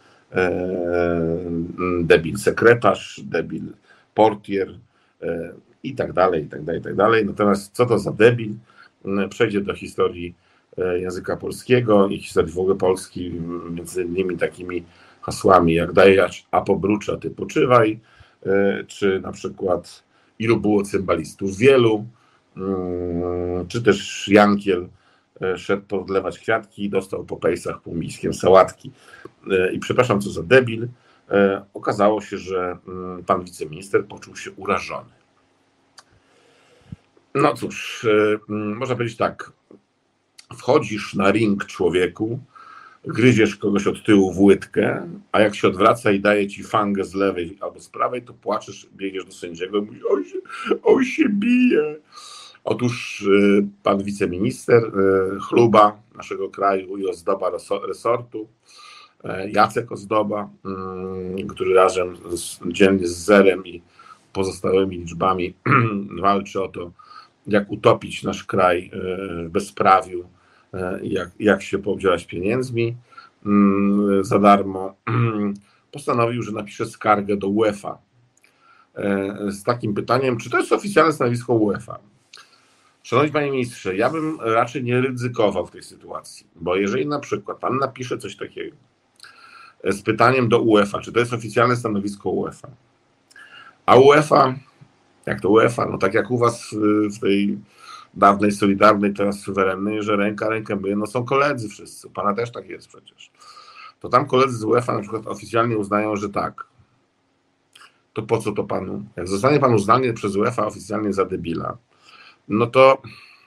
[SPEAKER 1] debil sekretarz, debil portier i tak dalej, i tak dalej, i tak dalej. Natomiast co to za debil? Przejdzie do historii języka polskiego i historii w ogóle Polski, między innymi takimi hasłami jak dajesz apobrucza, ty poczywaj, czy na przykład ilu było cymbalistów wielu, czy też Jankiel szedł podlewać kwiatki i dostał po pejsach półmiskiem sałatki. I przepraszam, co za debil. Okazało się, że pan wiceminister poczuł się urażony. No cóż, można powiedzieć tak. Wchodzisz na ring, człowieku, gryziesz kogoś od tyłu w łydkę, a jak się odwraca i daje ci fangę z lewej albo z prawej, to płaczesz, biegniesz do sędziego i mówisz: on się bije. Otóż pan wiceminister, chluba naszego kraju i ozdoba resortu, Jacek Ozdoba, który razem dziennie z zerem i pozostałymi liczbami walczy o to, jak utopić nasz kraj w bezprawiu, jak się poobdzierać pieniędzmi za darmo, postanowił, że napisze skargę do UEFA z takim pytaniem, czy to jest oficjalne stanowisko UEFA. Szanowni panie ministrze, ja bym raczej nie ryzykował w tej sytuacji, bo jeżeli na przykład pan napisze coś takiego z pytaniem do UEFA, czy to jest oficjalne stanowisko UEFA, a UEFA, jak to UEFA, no tak jak u was w tej dawnej Solidarnej, teraz suwerennej, że ręka rękę myje, no są koledzy wszyscy, u pana też tak jest przecież. To tam koledzy z UEFA na przykład oficjalnie uznają, że tak. To po co to panu? Jak zostanie pan uznany przez UEFA oficjalnie za debila, no to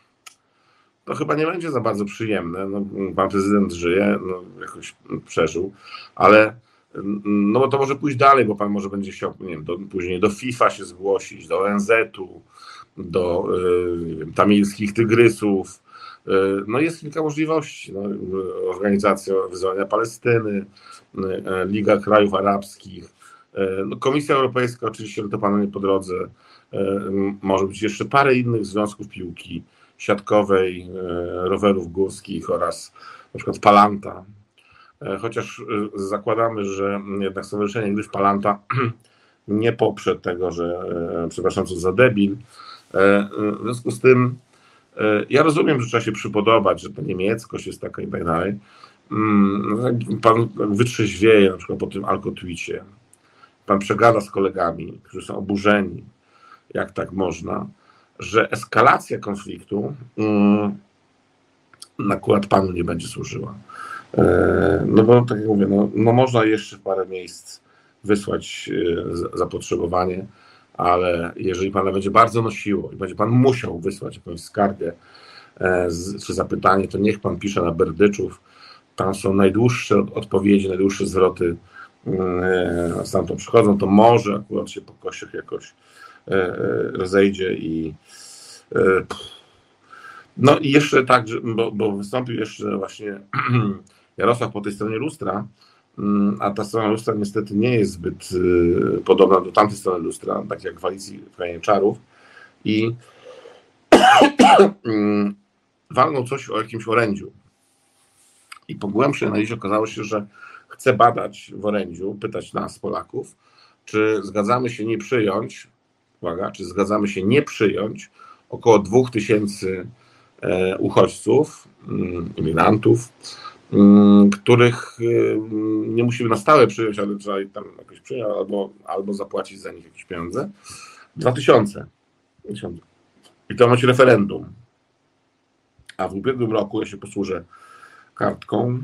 [SPEAKER 1] chyba nie będzie za bardzo przyjemne. No, pan prezydent żyje, no, jakoś przeżył, ale no bo to może pójść dalej, bo pan może będzie chciał, nie wiem, później do FIFA się zgłosić, do ONZ-u, do nie wiem, tamilskich tygrysów. No jest kilka możliwości. No, Organizacja Wyzwolenia Palestyny, Liga Krajów Arabskich, no, Komisja Europejska oczywiście, to panu nie po drodze. Może być jeszcze parę innych związków piłki siatkowej, rowerów górskich oraz na przykład Palanta. Chociaż zakładamy, że jednak Stowarzyszenie Gryf Palanta nie poprze tego, że przepraszam, co za debil. W związku z tym ja rozumiem, że trzeba się przypodobać, że to niemieckość jest taka i tak dalej. Pan wytrzeźwieje na przykład po tym alkotwicie. Pan przegada z kolegami, którzy są oburzeni, jak tak można, że eskalacja konfliktu akurat panu nie będzie służyła. No bo tak jak mówię, no można jeszcze w parę miejsc wysłać zapotrzebowanie, ale jeżeli pana będzie bardzo nosiło i będzie pan musiał wysłać jakąś skargę czy zapytanie, to niech pan pisze na Berdyczów. Tam są najdłuższe odpowiedzi, najdłuższe zwroty stamtąd przychodzą, to może akurat się po kościach jakoś rozejdzie i no i jeszcze tak, bo wystąpił jeszcze właśnie Jarosław po tej stronie lustra, a ta strona lustra niestety nie jest zbyt podobna do tamtej strony lustra, tak jak w Alicji w Krainie Czarów, i walnął coś o jakimś orędziu. I po głębszej analizie okazało się, że chce badać w orędziu, pytać nas, Polaków, czy zgadzamy się nie przyjąć uwaga, czy zgadzamy się nie przyjąć około 2000 uchodźców, imigrantów, których nie musimy na stałe przyjąć, ale trzeba ich tam jakoś przyjąć, albo zapłacić za nich jakieś pieniądze. 2000. I to macie referendum. A w ubiegłym roku, ja się posłużę kartką,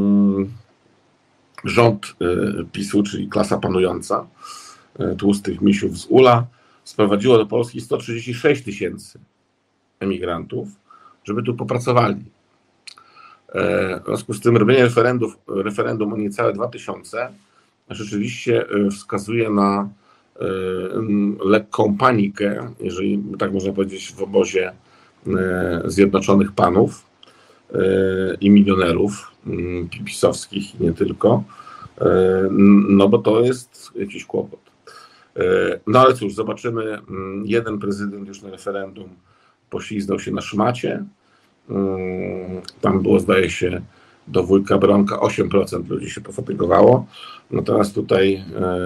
[SPEAKER 1] rząd PiS-u, czyli klasa panująca, tłustych misiów z ula, sprowadziło do Polski 136 000 emigrantów, żeby tu popracowali. W związku z tym robienie referendum o niecałe 2000 rzeczywiście wskazuje na lekką panikę, jeżeli tak można powiedzieć, w obozie Zjednoczonych Panów i milionerów pisowskich i nie tylko, no bo to jest jakiś kłopot. No ale cóż, zobaczymy. Jeden prezydent już na referendum pośliznął się na szmacie. Tam było, zdaje się, do wujka Bronka 8% ludzi się pofatygowało. Natomiast tutaj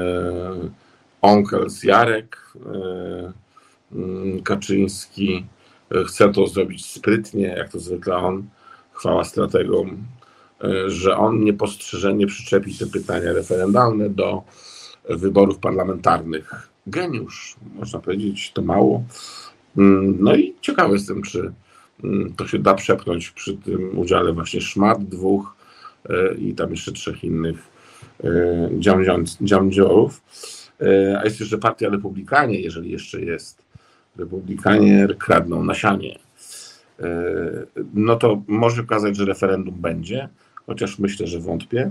[SPEAKER 1] Onkels Jarek Kaczyński chce to zrobić sprytnie, jak to zwykle on, chwała strategom, że on niepostrzeżenie przyczepi te pytania referendalne do wyborów parlamentarnych. Geniusz, można powiedzieć, to mało. No i ciekawy jestem, czy to się da przepchnąć przy tym udziale właśnie Szmat, dwóch i tam jeszcze trzech innych dziamdziorów. A jest jeszcze partia Republikanie, jeżeli jeszcze jest. Republikanie kradną na sianie. No to może okazać, że referendum będzie, chociaż myślę, że wątpię.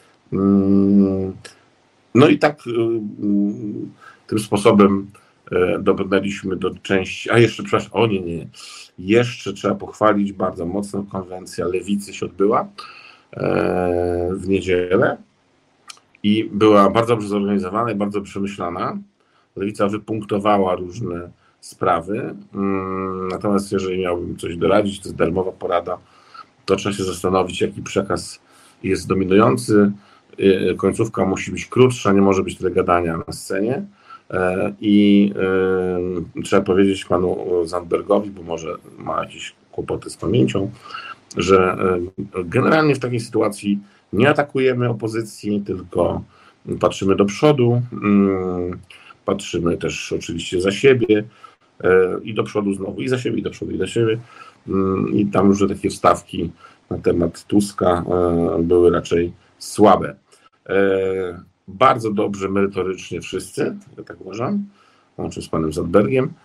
[SPEAKER 1] No i tak tym sposobem dobrnęliśmy do części, a jeszcze, przepraszam, nie. Jeszcze trzeba pochwalić bardzo mocno, konwencja Lewicy się odbyła w niedzielę i była bardzo dobrze zorganizowana i bardzo przemyślana. Lewica wypunktowała różne sprawy, natomiast jeżeli miałbym coś doradzić, to jest darmowa porada, to trzeba się zastanowić, jaki przekaz jest dominujący. Końcówka musi być krótsza, nie może być tyle gadania na scenie. I trzeba powiedzieć panu Zandbergowi, bo może ma jakieś kłopoty z pamięcią, że generalnie w takiej sytuacji nie atakujemy opozycji, tylko patrzymy do przodu, patrzymy też oczywiście za siebie i do przodu znowu, i za siebie, i do przodu, i do siebie. I tam już takie wstawki na temat Tuska były raczej słabe. Bardzo dobrze merytorycznie wszyscy, ja tak uważam, łącznie z panem Zandbergiem.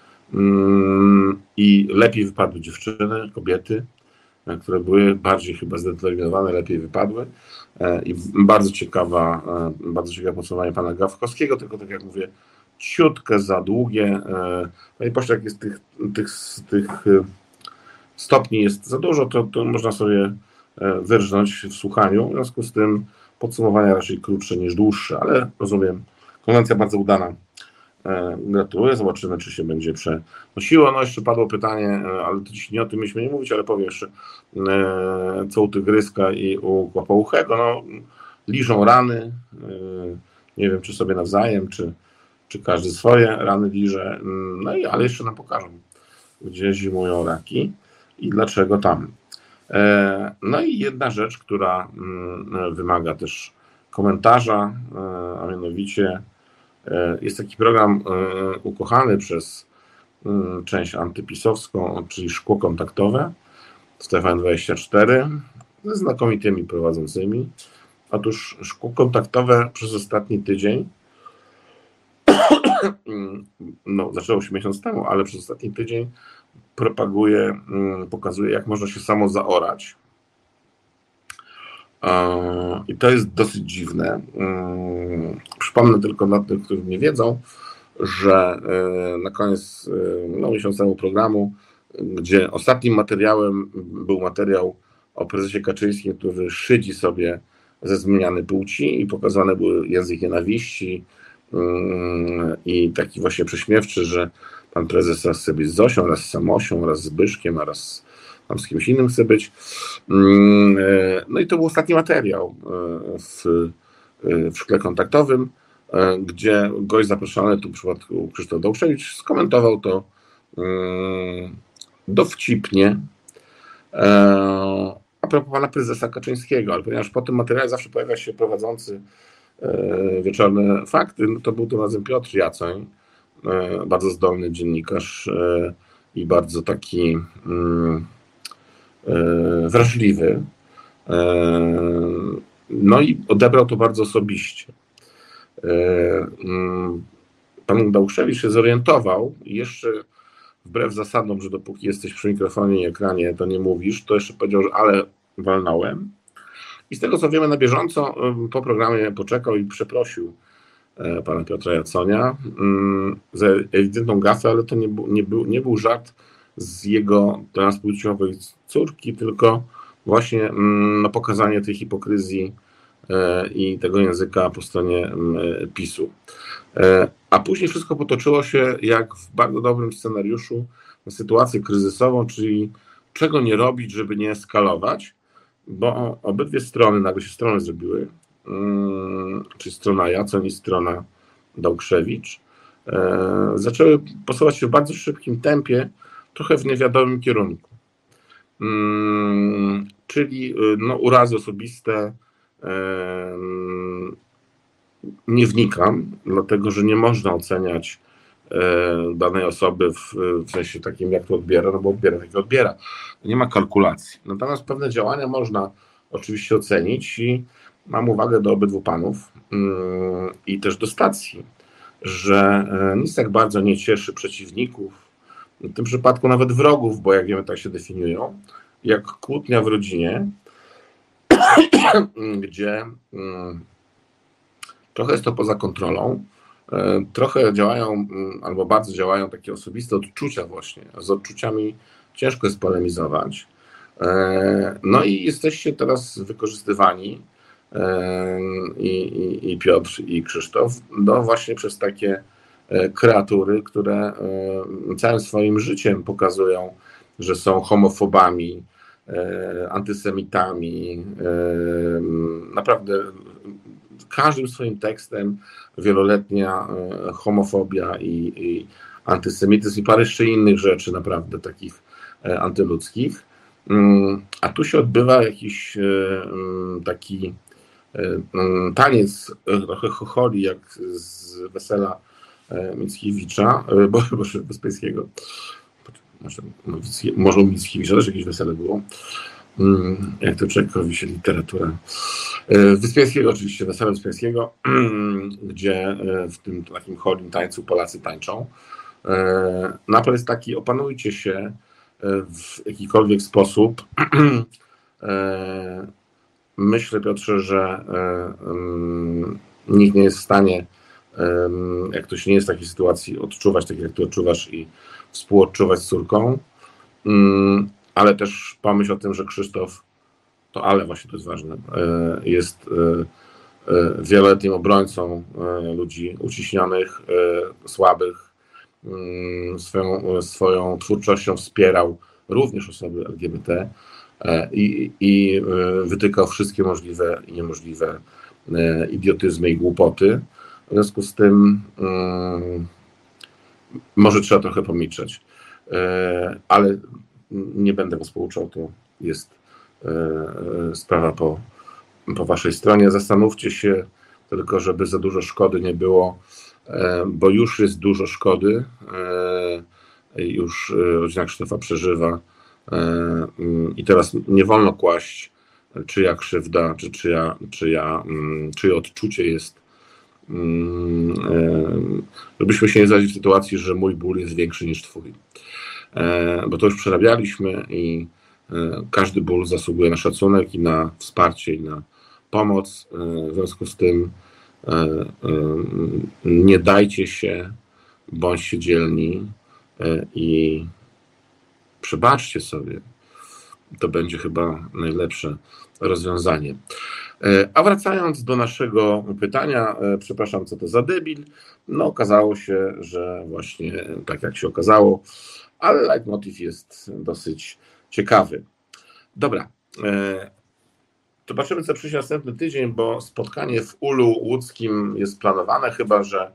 [SPEAKER 1] I lepiej wypadły dziewczyny, kobiety, które były bardziej chyba zdeterminowane, lepiej wypadły. I bardzo ciekawe podsumowanie pana Gawkowskiego, tylko tak jak mówię, ciutkę za długie. Panie pośle, jak jest tych stopni jest za dużo, to można sobie wyrżnąć w słuchaniu. W związku z tym podsumowania raczej krótsze niż dłuższe, ale rozumiem, konwencja bardzo udana. Gratuluję, zobaczymy, czy się będzie przenosiło. No jeszcze padło pytanie, ale to dziś nie o tym myśmy nie mówić, ale powiem jeszcze, co u Tygryska i u Kłapouchego, no liżą rany, nie wiem, czy sobie nawzajem, czy każdy swoje rany liże, no i ale jeszcze nam pokażą, gdzie zimują raki i dlaczego tam. No i jedna rzecz, która wymaga też komentarza, a mianowicie jest taki program ukochany przez część antypisowską, czyli Szkło Kontaktowe z TVN24 ze znakomitymi prowadzącymi. Otóż Szkło Kontaktowe przez ostatni tydzień, no zaczęło się miesiąc temu, ale przez ostatni tydzień propaguje, pokazuje, jak można się samo zaorać. I to jest dosyć dziwne. Przypomnę tylko dla tych, którzy nie wiedzą, że na koniec miesiącowego programu, gdzie ostatnim materiałem był materiał o prezesie Kaczyńskim, który szydzi sobie ze zmiany płci i pokazany był język nienawiści i taki właśnie prześmiewczy, że pan prezes raz chce być z Zosią, raz z Samosią, raz z Zbyszkiem, a raz tam z kimś innym chce być. No i to był ostatni materiał w Szkle Kontaktowym. gdzie gość zaproszony, tu w przypadku Krzysztof Dałkrzewicz, skomentował to dowcipnie a propos pana prezesa Kaczyńskiego, ale ponieważ po tym materiale zawsze pojawia się prowadzący Wieczorne Fakty, no to był tym razem Piotr Jacoń, bardzo zdolny dziennikarz i bardzo taki wrażliwy. No i odebrał to bardzo osobiście. Pan Dałkrzewicz się zorientował i jeszcze wbrew zasadom, że dopóki jesteś przy mikrofonie i ekranie, to nie mówisz, to jeszcze powiedział, że ale walnąłem. I z tego, co wiemy na bieżąco, po programie poczekał i przeprosił pana Piotra Jaconia za ewidentną gafę, ale to nie był żart z jego transpłciowej córki, tylko właśnie pokazanie tej hipokryzji i tego języka po stronie PiS-u. A później wszystko potoczyło się jak w bardzo dobrym scenariuszu na sytuację kryzysową, czyli czego nie robić, żeby nie eskalować, bo obydwie strony, nagle się strony zrobiły, czyli strona Jacoń i strona Dałkrzewicz, zaczęły posuwać się w bardzo szybkim tempie, trochę w niewiadomym kierunku. Czyli urazy osobiste, nie wnikam, dlatego że nie można oceniać danej osoby w sensie takim, jak to odbiera, no bo odbiera, jak odbiera. Nie ma kalkulacji. Natomiast pewne działania można oczywiście ocenić i mam uwagę do obydwu panów i też do stacji, że nic tak bardzo nie cieszy przeciwników, w tym przypadku nawet wrogów, bo jak wiemy, tak się definiują, jak kłótnia w rodzinie, gdzie trochę jest to poza kontrolą, trochę działają, albo bardzo działają takie osobiste odczucia właśnie. Z odczuciami ciężko jest polemizować. No i jesteście teraz wykorzystywani i Piotr, i Krzysztof, właśnie przez takie kreatury, które całym swoim życiem pokazują, że są homofobami, antysemitami, naprawdę każdym swoim tekstem wieloletnia homofobia i antysemityzm i parę jeszcze innych rzeczy naprawdę takich antyludzkich. A tu się odbywa jakiś taki taniec trochę chocholi, jak z wesela Mickiewicza, Boże, Wyspiańskiego. Może u Mickiewicza też jakieś wesele było. Jak to Czeckowi się literatura. Wyspiańskiego oczywiście, wesele Wyspiańskiego, gdzie w tym takim cholim tańcu Polacy tańczą. Apel jest taki, opanujcie się w jakikolwiek sposób. Myślę, Piotrze, że nikt nie jest w stanie, jak ktoś nie jest w takiej sytuacji, odczuwać tak, jak ty odczuwasz i współodczuwać z córką, ale też pomyśl o tym, że Krzysztof, ale właśnie to jest ważne, jest wieloletnim obrońcą ludzi uciśnionych, słabych, swoją twórczością wspierał również osoby LGBT i wytykał wszystkie możliwe i niemożliwe idiotyzmy i głupoty. W związku z tym może trzeba trochę pomilczeć, ale nie będę was pouczał, to jest sprawa po waszej stronie. Zastanówcie się tylko, żeby za dużo szkody nie było, bo już jest dużo szkody, już rodzina Krzysztofa przeżywa i teraz nie wolno kłaść, czyja krzywda, czy czyje odczucie jest, żebyśmy się nie znaleźli w sytuacji, że mój ból jest większy niż twój, bo to już przerabialiśmy i każdy ból zasługuje na szacunek i na wsparcie i na pomoc. W związku z tym nie dajcie się, bądźcie dzielni i przebaczcie sobie. To będzie chyba najlepsze rozwiązanie. A wracając do naszego pytania, przepraszam, co to za debil, no okazało się, że właśnie tak jak się okazało, ale leitmotiv jest dosyć ciekawy. Dobra, Zobaczymy, co przyjdzie następny tydzień, bo spotkanie w Ulu Łódzkim jest planowane, chyba że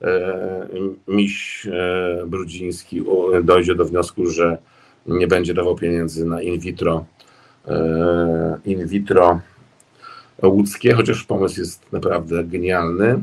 [SPEAKER 1] miś Brudziński dojdzie do wniosku, że nie będzie dawał pieniędzy na in vitro łódzkie, chociaż pomysł jest naprawdę genialny.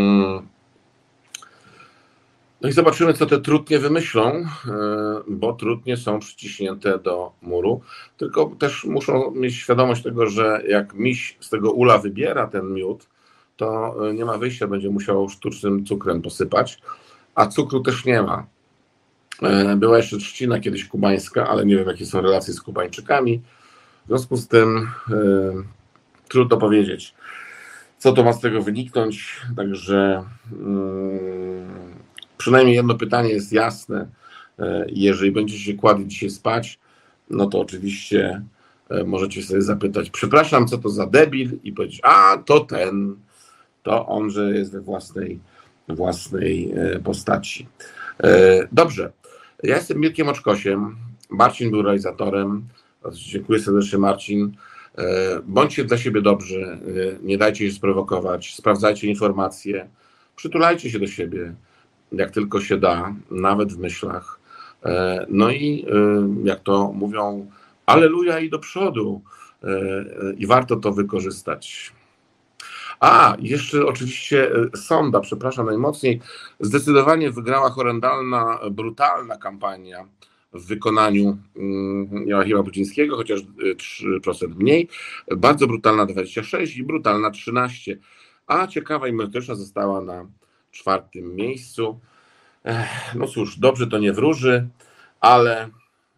[SPEAKER 1] No i zobaczymy, co te trutnie wymyślą, bo trutnie są przyciśnięte do muru, tylko też muszą mieć świadomość tego, że jak miś z tego ula wybiera ten miód, to nie ma wyjścia, będzie musiał sztucznym cukrem posypać, a cukru też nie ma. Była jeszcze trzcina kiedyś kubańska, ale nie wiem, jakie są relacje z Kubańczykami. W związku z tym trudno powiedzieć, co to ma z tego wyniknąć. Także przynajmniej jedno pytanie jest jasne. Jeżeli będziecie się kładli dzisiaj spać, no to oczywiście możecie sobie zapytać, przepraszam, co to za debil? I powiedzieć, a to on, że jest we własnej postaci. Dobrze. Ja jestem Mirkiem Oczkosiem. Marcin był realizatorem. Dziękuję serdecznie, Marcin. Bądźcie dla siebie dobrzy, nie dajcie się sprowokować, sprawdzajcie informacje, przytulajcie się do siebie, jak tylko się da, nawet w myślach. No i jak to mówią, alleluja i do przodu. I warto to wykorzystać. Jeszcze oczywiście sonda, przepraszam najmocniej, zdecydowanie wygrała horrendalna, brutalna kampania w wykonaniu Joachima Brudzińskiego, chociaż 3% mniej, bardzo brutalna 26 i brutalna 13, a ciekawa i merytoryczna została na 4. miejscu. No cóż, dobrze to nie wróży, ale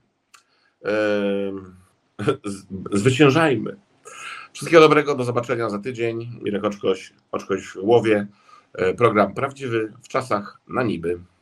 [SPEAKER 1] zwyciężajmy. Wszystkiego dobrego, do zobaczenia za tydzień. Mirek Oczkoś w Łowie. Program prawdziwy w czasach na niby.